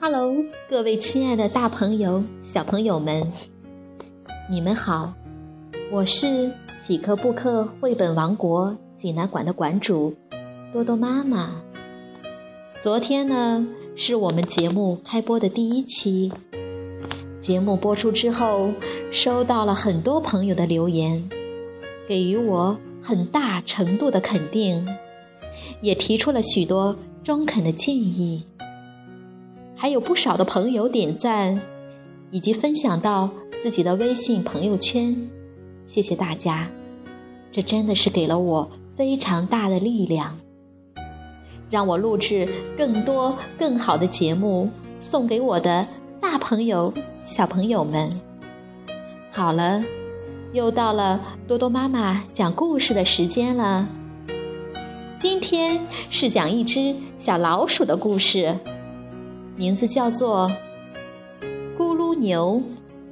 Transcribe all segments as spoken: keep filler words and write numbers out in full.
Hello， 各位亲爱的大朋友、小朋友们，你们好，我是喜克布克绘本王国济南馆的馆主多多妈妈。昨天呢，是我们节目开播的第一期。节目播出之后，收到了很多朋友的留言，给予我很大程度的肯定，也提出了许多中肯的建议。还有不少的朋友点赞，以及分享到自己的微信朋友圈，谢谢大家，这真的是给了我非常大的力量，让我录制更多更好的节目，送给我的大朋友小朋友们。好了，又到了多多妈妈讲故事的时间了。今天是讲一只小老鼠的故事，名字叫做咕噜牛。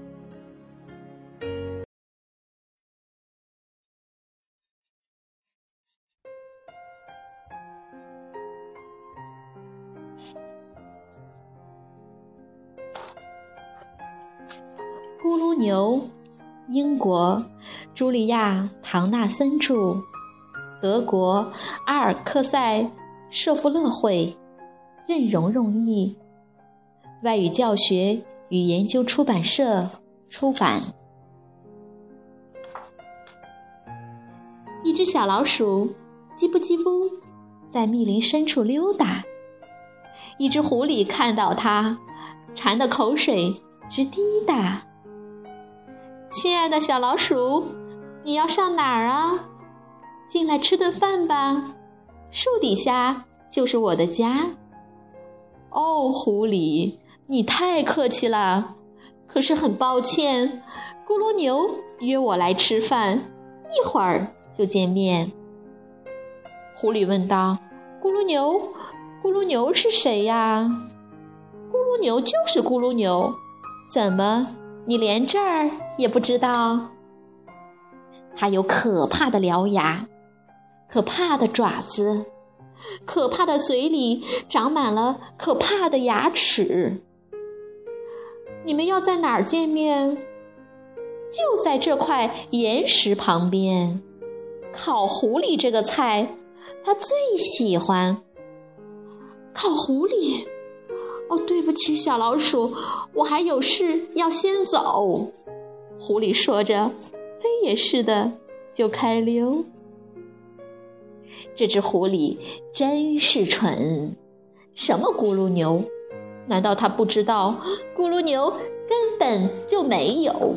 咕噜牛，英国茱莉亚·唐纳森著，德国阿尔克塞舍夫勒绘，任蓉蓉译，外语教学与研究出版社出版。一只小老鼠叽不叽不在密林深处溜达，一只狐狸看到它，馋得口水直滴答。亲爱的小老鼠，你要上哪儿啊？进来吃顿饭吧，树底下就是我的家。哦，狐狸，你太客气了，可是很抱歉，咕噜牛约我来吃饭，一会儿就见面。狐狸问道，咕噜牛，咕噜牛是谁呀？咕噜牛就是咕噜牛，怎么你连这儿也不知道？它有可怕的獠牙，可怕的爪子，可怕的嘴里长满了可怕的牙齿。你们要在哪儿见面？就在这块岩石旁边。烤狐狸这个菜，他最喜欢。烤狐狸？哦，对不起，小老鼠，我还有事要先走。狐狸说着，飞也似的就开溜。这只狐狸真是蠢，什么咕噜牛？难道他不知道咕噜牛根本就没有？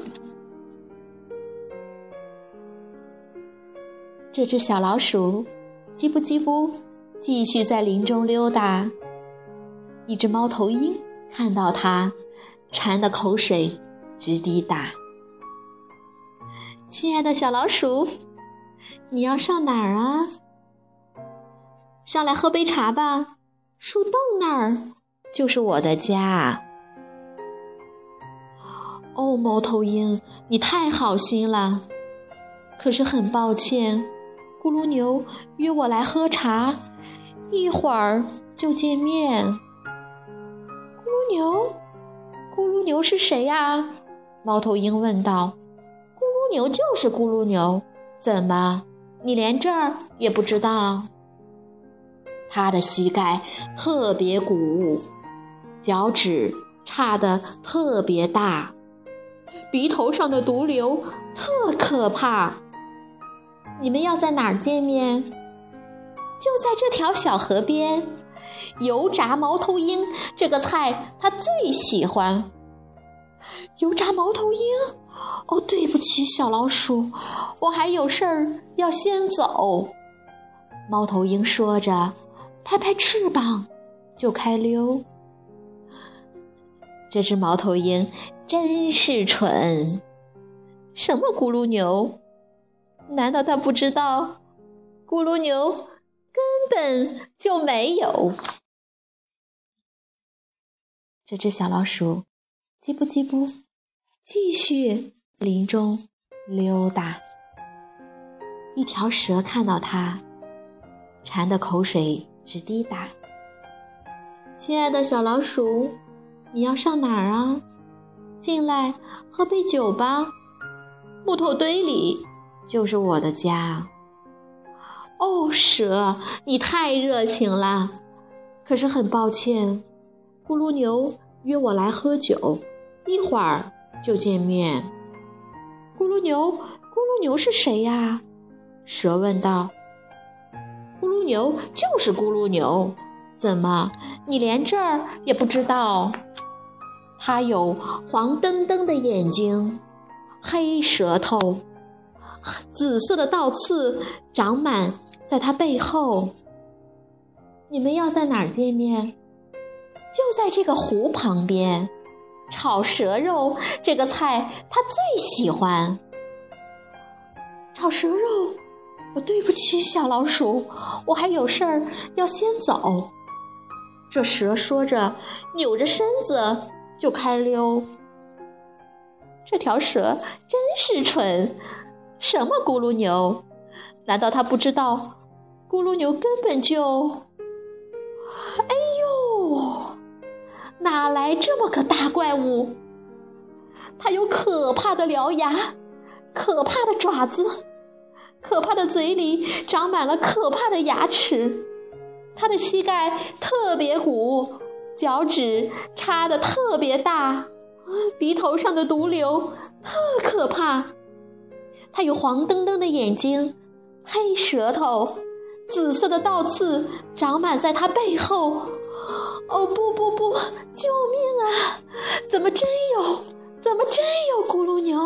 这只小老鼠叽不叽不继续在林中溜达，一只猫头鹰看到它，馋得口水直滴答。亲爱的小老鼠，你要上哪儿啊？上来喝杯茶吧，树洞那儿就是我的家。哦，猫头鹰，你太好心了，可是很抱歉，咕噜牛约我来喝茶，一会儿就见面。咕噜牛？咕噜牛是谁呀？猫头鹰问道。咕噜牛就是咕噜牛，怎么你连这儿也不知道？他的膝盖特别鼓，脚趾差得特别大，鼻头上的毒瘤特可怕。你们要在哪儿见面？就在这条小河边。油炸猫头鹰这个菜他最喜欢。油炸猫头鹰？哦，对不起，小老鼠，我还有事儿要先走。猫头鹰说着，拍拍翅膀就开溜。这只猫头鹰真是蠢，什么咕噜牛？难道他不知道咕噜牛根本就没有？这只小老鼠叽不叽不继续林中溜达。一条蛇看到它，馋得口水直滴答。亲爱的小老鼠， 你要上哪儿啊？进来喝杯酒吧，木头堆里就是我的家。哦，蛇，你太热情了，可是很抱歉，咕噜牛约我来喝酒，一会儿就见面。咕噜牛，咕噜牛是谁呀？蛇问道。咕噜牛就是咕噜牛，怎么你连这儿也不知道？它有黄澄澄的眼睛，黑舌头，紫色的倒刺长满在它背后。你们要在哪儿见面？就在这个湖旁边。炒蛇肉这个菜他最喜欢。炒蛇肉？对不起，小老鼠，我还有事儿要先走。这蛇说着，扭着身子就开溜。这条蛇真是蠢，什么咕噜牛？难道他不知道咕噜牛根本就……哎呦，哪来这么个大怪物？它有可怕的獠牙，可怕的爪子，可怕的嘴里长满了可怕的牙齿。它的膝盖特别鼓，脚趾插得特别大，鼻头上的毒瘤特可怕。它有黄澄澄的眼睛，黑舌头，紫色的倒刺长满在它背后。哦，不不不，救命啊！怎么真有？怎么真有咕噜牛？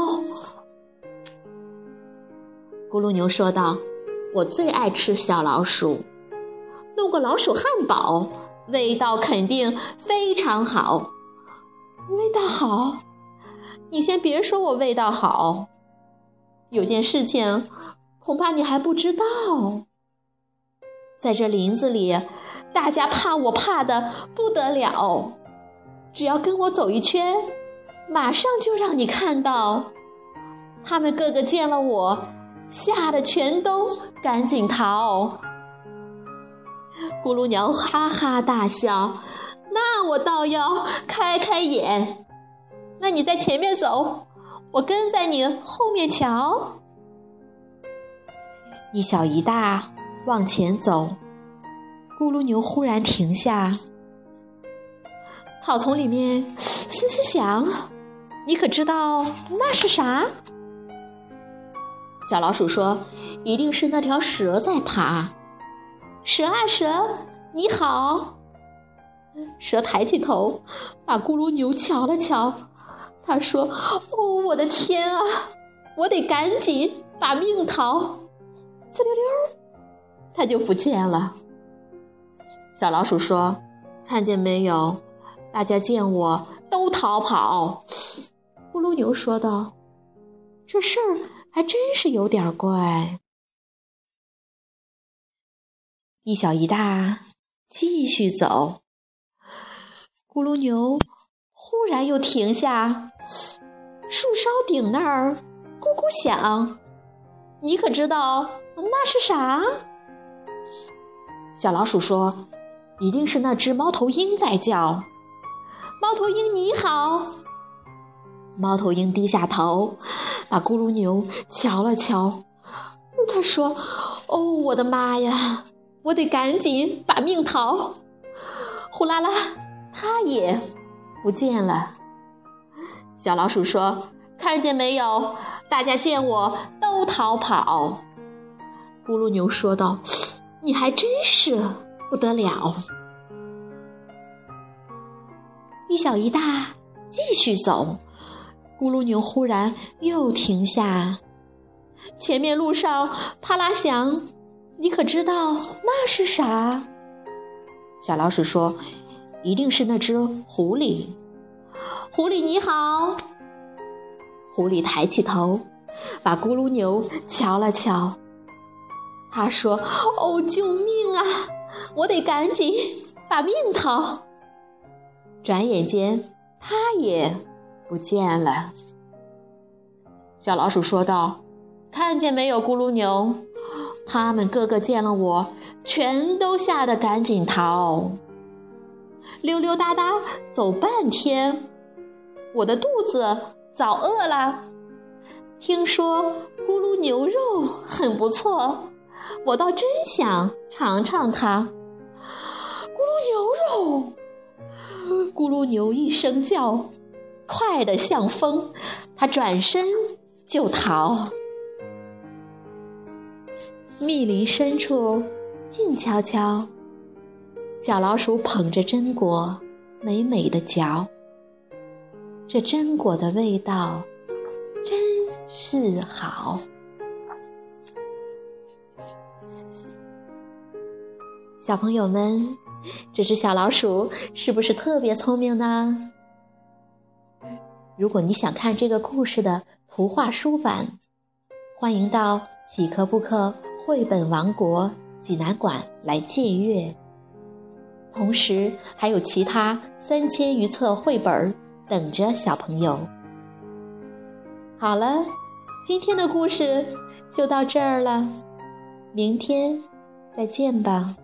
咕噜牛说道：我最爱吃小老鼠，弄个老鼠汉堡，味道肯定非常好。味道好？你先别说我味道好，有件事情恐怕你还不知道。在这林子里，大家怕我怕得不得了，只要跟我走一圈，马上就让你看到。他们个个见了我，吓得全都赶紧逃。咕噜鸟哈哈大笑，那我倒要开开眼。那你在前面走，我跟在你后面瞧。一小一大往前走，咕噜牛忽然停下，草丛里面嘶嘶响，你可知道那是啥？小老鼠说，一定是那条蛇在爬。蛇啊蛇，你好。蛇抬起头，把咕噜牛瞧了瞧，他说，哦，我的天啊，我得赶紧把命逃。呲溜溜，它就不见了。小老鼠说，看见没有，大家见我都逃跑。咕噜牛说道，这事儿还真是有点怪。一小一大继续走，咕噜牛忽然又停下，树梢顶那儿咕咕响，你可知道那是啥？小老鼠说，一定是那只猫头鹰在叫。猫头鹰你好。猫头鹰低下头，把咕噜牛瞧了瞧，他说，哦，我的妈呀，我得赶紧把命逃。呼啦啦，它也不见了。小老鼠说，看见没有，大家见我都逃跑。咕噜牛说道，你还真是不得了。一小一大继续走，咕噜牛忽然又停下，前面路上啪啦响，你可知道那是啥？小老鼠说，一定是那只狐狸。狐狸你好。狐狸抬起头，把咕噜牛瞧了瞧，他说，哦，救命啊，我得赶紧把命逃。转眼间他也不见了。小老鼠说道，看见没有，咕噜牛，他们个个见了我，全都吓得赶紧逃。 溜溜达达走半天，我的肚子早饿了。听说咕噜牛肉很不错，我倒真想尝尝它。咕噜牛肉，咕噜牛一声叫，快得像风，它转身就逃。密林深处静悄悄，小老鼠捧着榛果美美的嚼，这榛果的味道真是好。小朋友们，这只小老鼠是不是特别聪明呢？如果你想看这个故事的图画书版，欢迎到几何布克绘本王国济南馆来借阅，同时还有其他三千余册绘本等着小朋友。好了，今天的故事就到这儿了，明天再见吧。